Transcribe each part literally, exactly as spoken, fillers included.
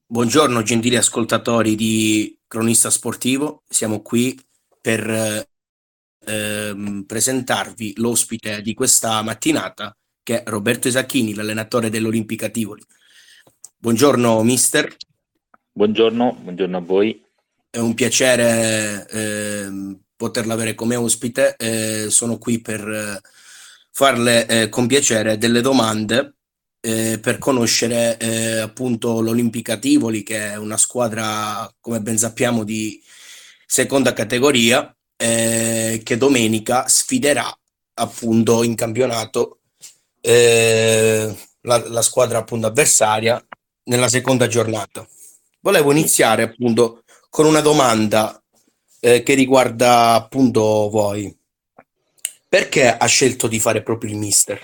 Buongiorno gentili ascoltatori di Cronista Sportivo, siamo qui per eh, ehm, presentarvi l'ospite di questa mattinata che è Roberto Esacchini, l'allenatore dell'Olimpica Tivoli. Buongiorno mister, Buongiorno, buongiorno a voi. è un piacere ehm, poterla avere come ospite. Eh, sono qui per eh, farle eh, con piacere delle domande eh, per conoscere eh, appunto l'Olimpica Tivoli, che è una squadra, come ben sappiamo, di seconda categoria, eh, che domenica sfiderà appunto in campionato eh, la, la squadra appunto avversaria nella seconda giornata. Volevo Sì. iniziare appunto con una domanda eh, che riguarda appunto voi. Perché ha scelto di fare proprio il mister?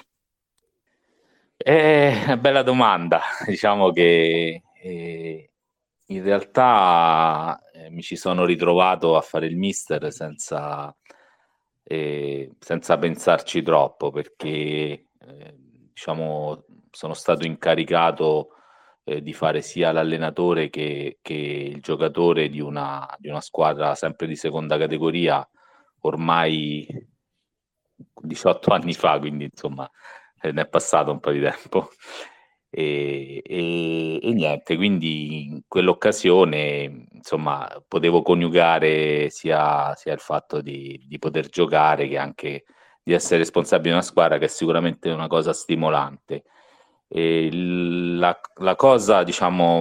È una bella domanda. Diciamo che eh, in realtà eh, mi ci sono ritrovato a fare il mister senza, eh, senza pensarci troppo, perché eh, diciamo, sono stato incaricato eh, di fare sia l'allenatore che, che il giocatore di una, di una squadra sempre di seconda categoria ormai diciotto anni fa, quindi insomma eh, ne è passato un po' di tempo. E, e- e niente, quindi in quell'occasione insomma potevo coniugare sia, sia il fatto di, di poter giocare che anche di essere responsabile di una squadra, che è sicuramente una cosa stimolante. E l- la, la cosa, diciamo,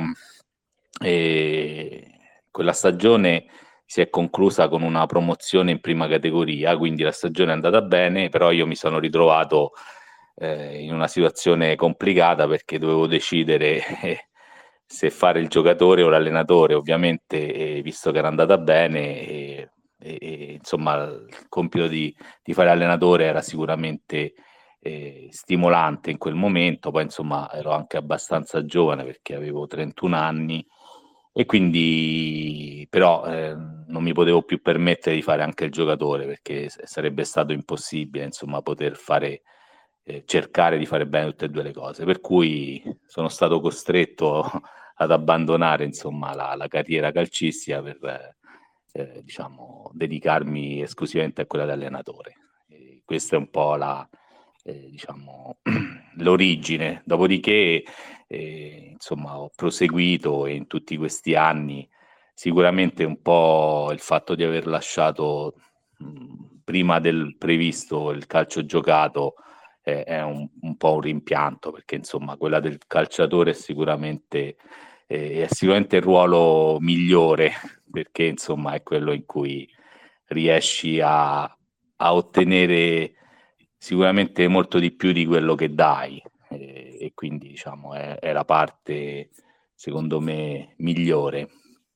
eh, quella stagione si è conclusa con una promozione in prima categoria, quindi la stagione è andata bene, però io mi sono ritrovato eh, in una situazione complicata perché dovevo decidere eh, se fare il giocatore o l'allenatore. Ovviamente, eh, visto che era andata bene, e, e- e, insomma, il compito di, di fare allenatore era sicuramente eh, stimolante in quel momento. Poi insomma ero anche abbastanza giovane perché avevo trentuno anni, e quindi però eh, non mi potevo più permettere di fare anche il giocatore, perché s- sarebbe stato impossibile insomma poter fare eh, cercare di fare bene tutte e due le cose, per cui sono stato costretto ad abbandonare insomma la, la carriera calcistica per eh, eh, diciamo dedicarmi esclusivamente a quella di allenatore. E questa è un po' la eh, diciamo l'origine. Dopodiché e, insomma, ho proseguito, e in tutti questi anni sicuramente un po' il fatto di aver lasciato mh, prima del previsto il calcio giocato eh, è un, un po' un rimpianto, perché insomma quella del calciatore è sicuramente, eh, è sicuramente il ruolo migliore, perché insomma è quello in cui riesci a, a ottenere sicuramente molto di più di quello che dai, e, e quindi diciamo è, è la parte secondo me migliore.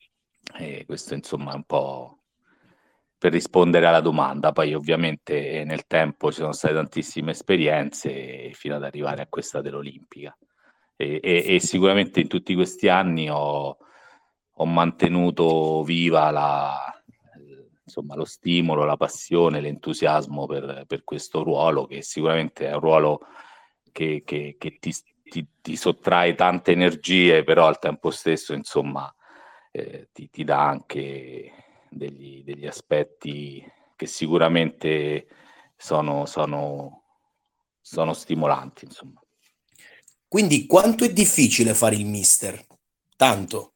E questo insomma è un po' per rispondere alla domanda. Poi ovviamente eh, nel tempo ci sono state tantissime esperienze fino ad arrivare a questa dell'Olimpica, e, e- e sicuramente in tutti questi anni ho, ho mantenuto viva la, eh, insomma, lo stimolo, la passione, l'entusiasmo per, per questo ruolo, che sicuramente è un ruolo che, che- che ti, ti- ti sottrae tante energie, però al tempo stesso, insomma, eh, ti, ti dà anche degli, degli aspetti che sicuramente sono, sono, sono stimolanti, insomma. Quindi quanto è difficile fare il mister? Tanto,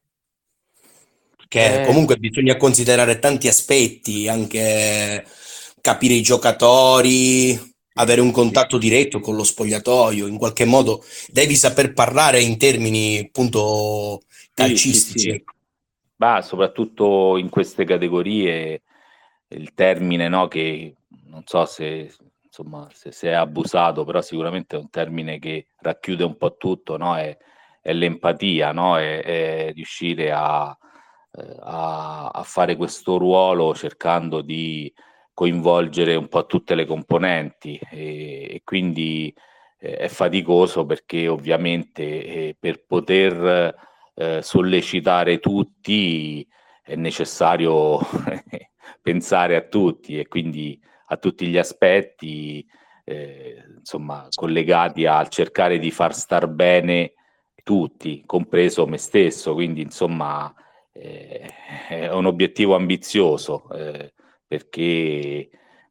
che Eh, comunque bisogna considerare tanti aspetti, anche capire i giocatori, avere un sì, contatto diretto con lo spogliatoio, in qualche modo devi saper parlare in termini appunto sì, sì, calcistici, sì. ecco. Ma soprattutto in queste categorie il termine, no, che non so se, insomma, se, se è abusato, però sicuramente è un termine che racchiude un po' tutto, no? È, è l'empatia, no? È, è riuscire a, eh, a, a fare questo ruolo cercando di coinvolgere un po' tutte le componenti, e, e quindi eh, è faticoso perché ovviamente eh, per poter eh, sollecitare tutti è necessario pensare a tutti, e quindi a tutti gli aspetti, eh, insomma, collegati al cercare di far star bene tutti, compreso me stesso, quindi insomma eh, è un obiettivo ambizioso, eh, perché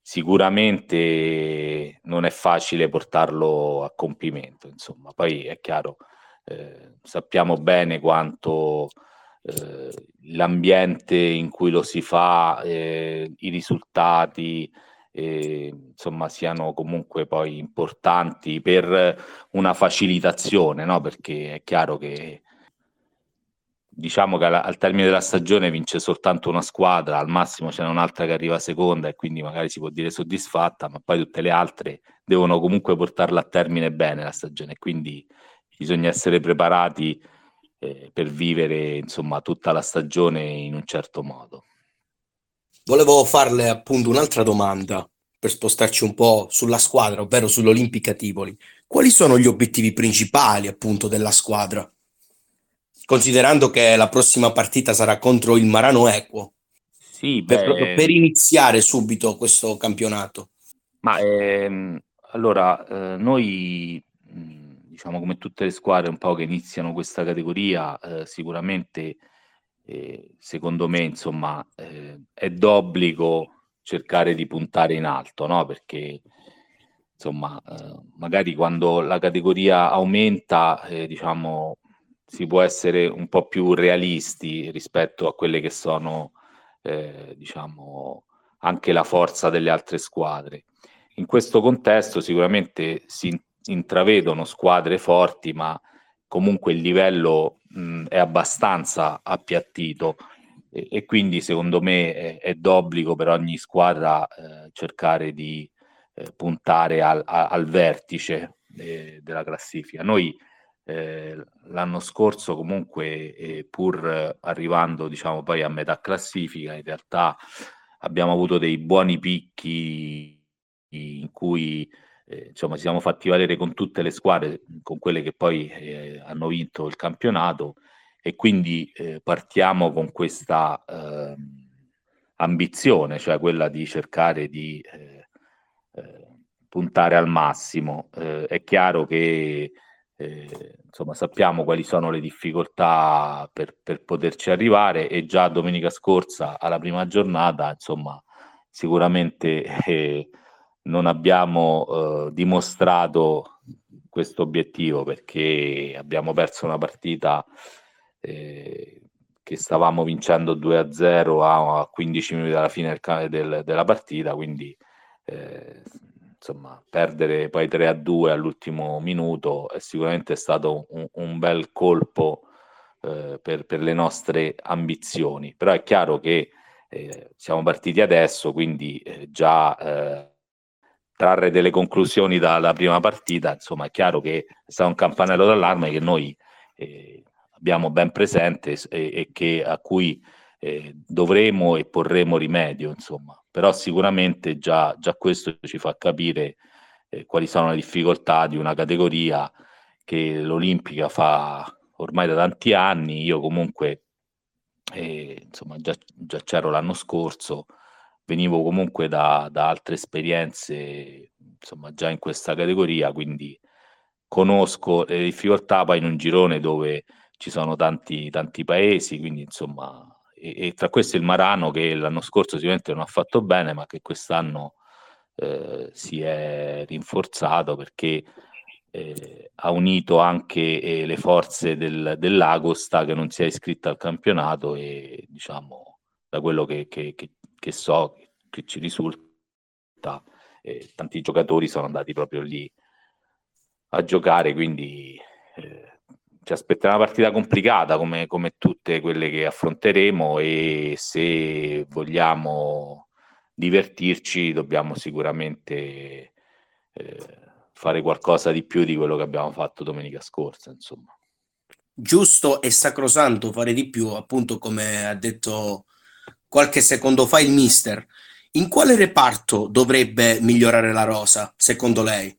sicuramente non è facile portarlo a compimento, insomma. Poi è chiaro, eh, sappiamo bene quanto eh, l'ambiente in cui lo si fa, eh, i risultati, eh, insomma, siano comunque poi importanti per una facilitazione, no? Perché è chiaro che diciamo che al, al termine della stagione vince soltanto una squadra, al massimo c'è un'altra che arriva seconda e quindi magari si può dire soddisfatta, ma poi tutte le altre devono comunque portarla a termine bene la stagione, quindi bisogna essere preparati eh, per vivere insomma tutta la stagione in un certo modo. Volevo farle appunto un'altra domanda per spostarci un po' sulla squadra, ovvero sull'Olimpica Tivoli. Quali sono gli obiettivi principali appunto della squadra? Considerando che la prossima partita sarà contro il Marano Equo, Sì, per, proprio beh, per iniziare subito questo campionato. ma ehm, allora eh, noi mh, diciamo come tutte le squadre un po' che iniziano questa categoria, eh, sicuramente eh, secondo me insomma eh, è d'obbligo cercare di puntare in alto, no? Perché insomma eh, magari quando la categoria aumenta, eh, diciamo si può essere un po' più realisti rispetto a quelle che sono eh, diciamo anche la forza delle altre squadre. In questo contesto sicuramente si intravedono squadre forti, ma comunque il livello mh, è abbastanza appiattito e, e quindi secondo me è, è d'obbligo per ogni squadra eh, cercare di eh, puntare al, a, al vertice eh, della classifica. Noi eh, l'anno scorso comunque eh, pur arrivando diciamo poi a metà classifica in realtà abbiamo avuto dei buoni picchi in cui eh, insomma ci siamo fatti valere con tutte le squadre, con quelle che poi eh, hanno vinto il campionato e quindi eh, partiamo con questa eh, ambizione, cioè quella di cercare di eh, eh, puntare al massimo. Eh, è chiaro che eh, insomma, sappiamo quali sono le difficoltà per, per poterci arrivare e già domenica scorsa alla prima giornata, insomma, sicuramente eh, non abbiamo eh, dimostrato questo obiettivo perché abbiamo perso una partita eh, che stavamo vincendo due a zero a quindici minuti dalla fine del, del, della partita, quindi eh, insomma perdere poi tre a due all'ultimo minuto è sicuramente stato un, un bel colpo eh, per, per le nostre ambizioni, però è chiaro che eh, siamo partiti adesso, quindi eh, già eh, trarre delle conclusioni dalla prima partita, insomma, è chiaro che è stato un campanello d'allarme che noi eh, abbiamo ben presente e, e che, a cui eh, dovremo e porremo rimedio, insomma. Però sicuramente già, già questo ci fa capire eh, quali sono le difficoltà di una categoria che l'Olimpica fa ormai da tanti anni. Io comunque eh, insomma già, già c'ero l'anno scorso, venivo comunque da, da altre esperienze insomma già in questa categoria, quindi conosco le difficoltà poi in un girone dove ci sono tanti, tanti paesi, quindi insomma e, e tra questi il Marano che l'anno scorso sicuramente non ha fatto bene, ma che quest'anno eh, si è rinforzato perché eh, ha unito anche eh, le forze del, dell'Agosta che non si è iscritta al campionato e diciamo da quello che, che, che, che so, che ci risulta, eh, tanti giocatori sono andati proprio lì a giocare, quindi eh, ci aspetta una partita complicata come, come tutte quelle che affronteremo e se vogliamo divertirci dobbiamo sicuramente eh, fare qualcosa di più di quello che abbiamo fatto domenica scorsa, insomma. Giusto e sacrosanto fare di più, appunto come ha detto qualche secondo fa il mister. In quale reparto dovrebbe migliorare la rosa, secondo lei?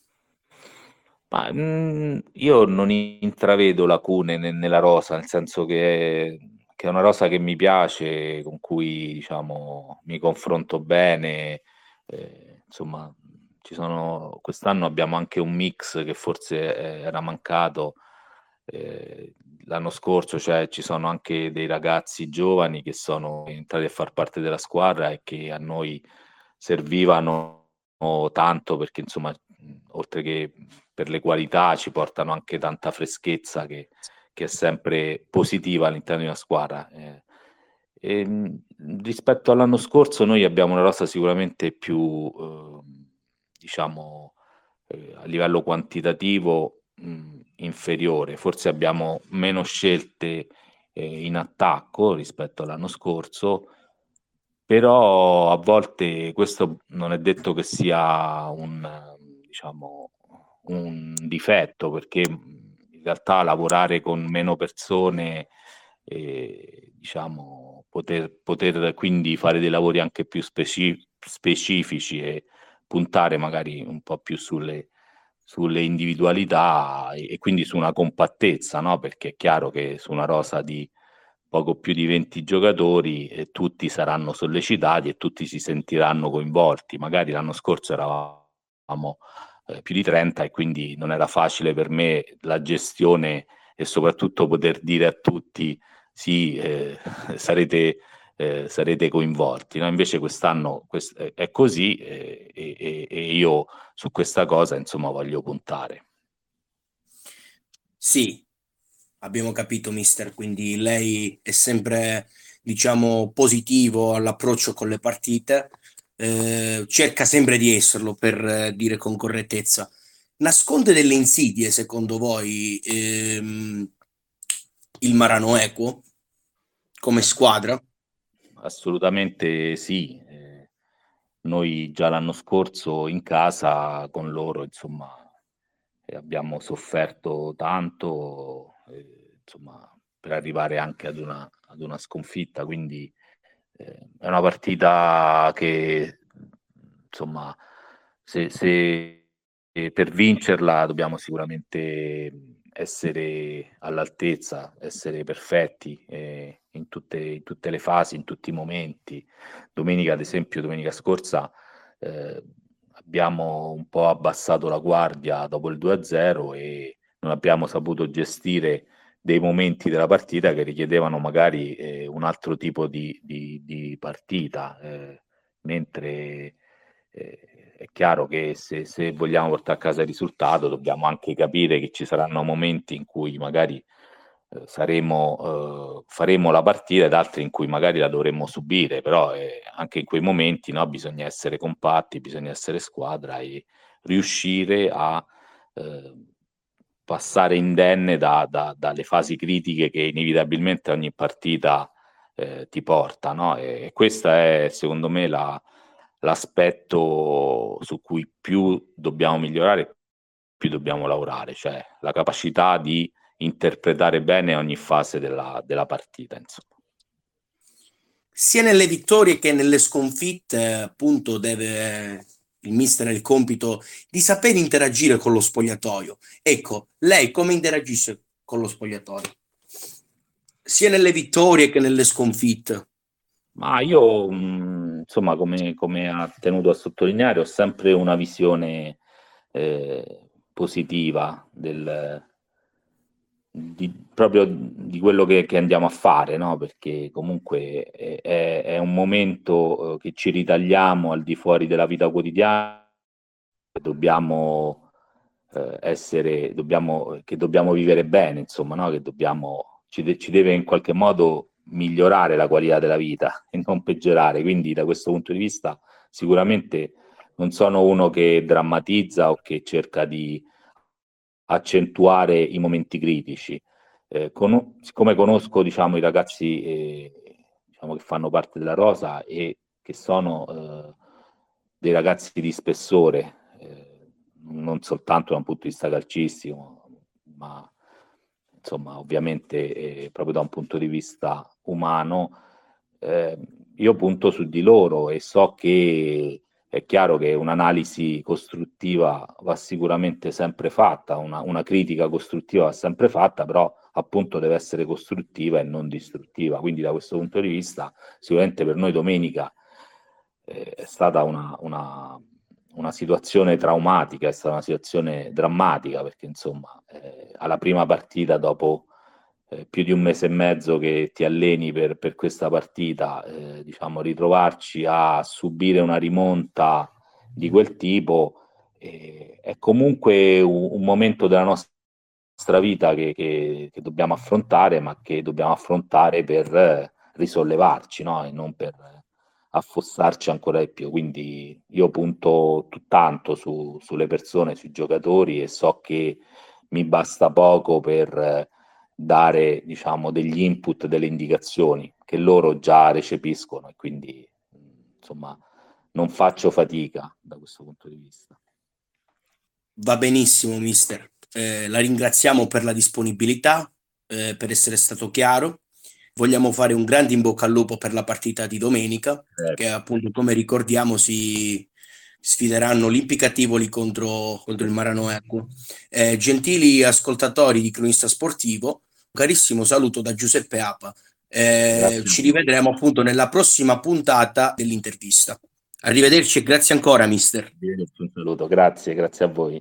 Ma mh, io non intravedo lacune ne- nella rosa, nel senso che, che è una rosa che mi piace, con cui diciamo mi confronto bene. Eh, insomma, ci sono, quest'anno abbiamo anche un mix che forse eh, era mancato, eh, l'anno scorso, cioè ci sono anche dei ragazzi giovani che sono entrati a far parte della squadra e che a noi servivano tanto, perché insomma, oltre che per le qualità, ci portano anche tanta freschezza che, che è sempre positiva all'interno di una squadra. Eh, e, rispetto all'anno scorso noi abbiamo una rosa sicuramente più, eh, diciamo, eh, a livello quantitativo mh, inferiore, forse abbiamo meno scelte eh, in attacco rispetto all'anno scorso, però a volte questo non è detto che sia un, diciamo, un difetto, perché in realtà lavorare con meno persone e diciamo poter, poter quindi fare dei lavori anche più speci- specifici e puntare magari un po' più sulle, sulle individualità e, e quindi su una compattezza, no? Perché è chiaro che su una rosa di poco più di venti giocatori e tutti saranno sollecitati e tutti si sentiranno coinvolti. Magari l'anno scorso eravamo eh, più di trenta e quindi non era facile per me la gestione e soprattutto poter dire a tutti sì, eh, sarete, eh, sarete coinvolti. No? Invece quest'anno quest- è così eh, e, e io su questa cosa insomma voglio puntare. Sì, abbiamo capito, mister, quindi lei è sempre, diciamo, positivo all'approccio con le partite, eh, cerca sempre di esserlo per eh, dire con correttezza. Nasconde delle insidie, secondo voi, ehm, il Marano Equo come squadra? Assolutamente sì. Eh, noi già l'anno scorso in casa con loro, insomma, eh, abbiamo sofferto tanto, eh, insomma, per arrivare anche ad una, ad una sconfitta. Quindi eh, è una partita che, insomma, se, se eh, per vincerla dobbiamo sicuramente essere all'altezza, essere perfetti eh, in tutte, in tutte le fasi, in tutti i momenti. Domenica, ad esempio, domenica scorsa eh, abbiamo un po' abbassato la guardia dopo il due a zero e non abbiamo saputo gestire dei momenti della partita che richiedevano magari eh, un altro tipo di, di, di partita, eh, mentre eh, è chiaro che se, se vogliamo portare a casa il risultato dobbiamo anche capire che ci saranno momenti in cui magari eh, saremo, eh, faremo la partita ed altri in cui magari la dovremmo subire, però eh, anche in quei momenti no, bisogna essere compatti, bisogna essere squadra e riuscire a eh, passare indenne da, da, dalle fasi critiche che inevitabilmente ogni partita eh, ti porta, no? E, e questo è secondo me la, l'aspetto su cui più dobbiamo migliorare, più dobbiamo lavorare, cioè la capacità di interpretare bene ogni fase della, della partita, insomma. Sia nelle vittorie che nelle sconfitte, appunto, deve il mister ha il compito di saper interagire con lo spogliatoio. Ecco, lei come interagisce con lo spogliatoio? Sia nelle vittorie che nelle sconfitte. Ma io, mh, insomma, come, come ha tenuto a sottolineare, ho sempre una visione eh, positiva del, di, proprio di quello che, che andiamo a fare, no? Perché comunque è, è- è un momento eh, che ci ritagliamo al di fuori della vita quotidiana, che dobbiamo eh, essere, dobbiamo, che dobbiamo vivere bene, insomma, no? Che dobbiamo, ci, de- ci deve in qualche modo migliorare la qualità della vita e non peggiorare. Quindi da questo punto di vista sicuramente non sono uno che drammatizza o che cerca di accentuare i momenti critici. Eh, con, siccome conosco diciamo, i ragazzi eh, diciamo, che fanno parte della Rosa e che sono eh, dei ragazzi di spessore, eh, non soltanto da un punto di vista calcistico, ma insomma ovviamente eh, proprio da un punto di vista umano, eh, io punto su di loro e so che è chiaro che un'analisi costruttiva va sicuramente sempre fatta, una, una critica costruttiva va sempre fatta, però appunto deve essere costruttiva e non distruttiva. Quindi da questo punto di vista sicuramente per noi domenica eh, è stata una, una, una situazione traumatica, è stata una situazione drammatica, perché insomma eh, alla prima partita, dopo eh, più di un mese e mezzo che ti alleni per, per questa partita, eh, diciamo ritrovarci a subire una rimonta di quel tipo eh, è comunque un, un momento della nostra vita che, che, che dobbiamo affrontare, ma che dobbiamo affrontare per eh, risollevarci, no? E non per affossarci ancora di più. Quindi io punto tanto su, sulle persone, sui giocatori, e so che mi basta poco per eh, dare, diciamo, degli input, delle indicazioni che loro già recepiscono, e quindi insomma non faccio fatica da questo punto di vista. Va benissimo, mister. Eh, la ringraziamo per la disponibilità, eh, per essere stato chiaro. Vogliamo fare un grande in bocca al lupo per la partita di domenica, Eh, che appunto, come ricordiamo, si sfideranno Olimpica Tivoli contro, contro il Marano Ecco. Eh, gentili ascoltatori di Cronista Sportivo, un carissimo saluto da Giuseppe Apa. Eh, grazie a ci voi. rivedremo appunto nella prossima puntata dell'intervista. Arrivederci e grazie ancora, mister. Un saluto, grazie, grazie a voi.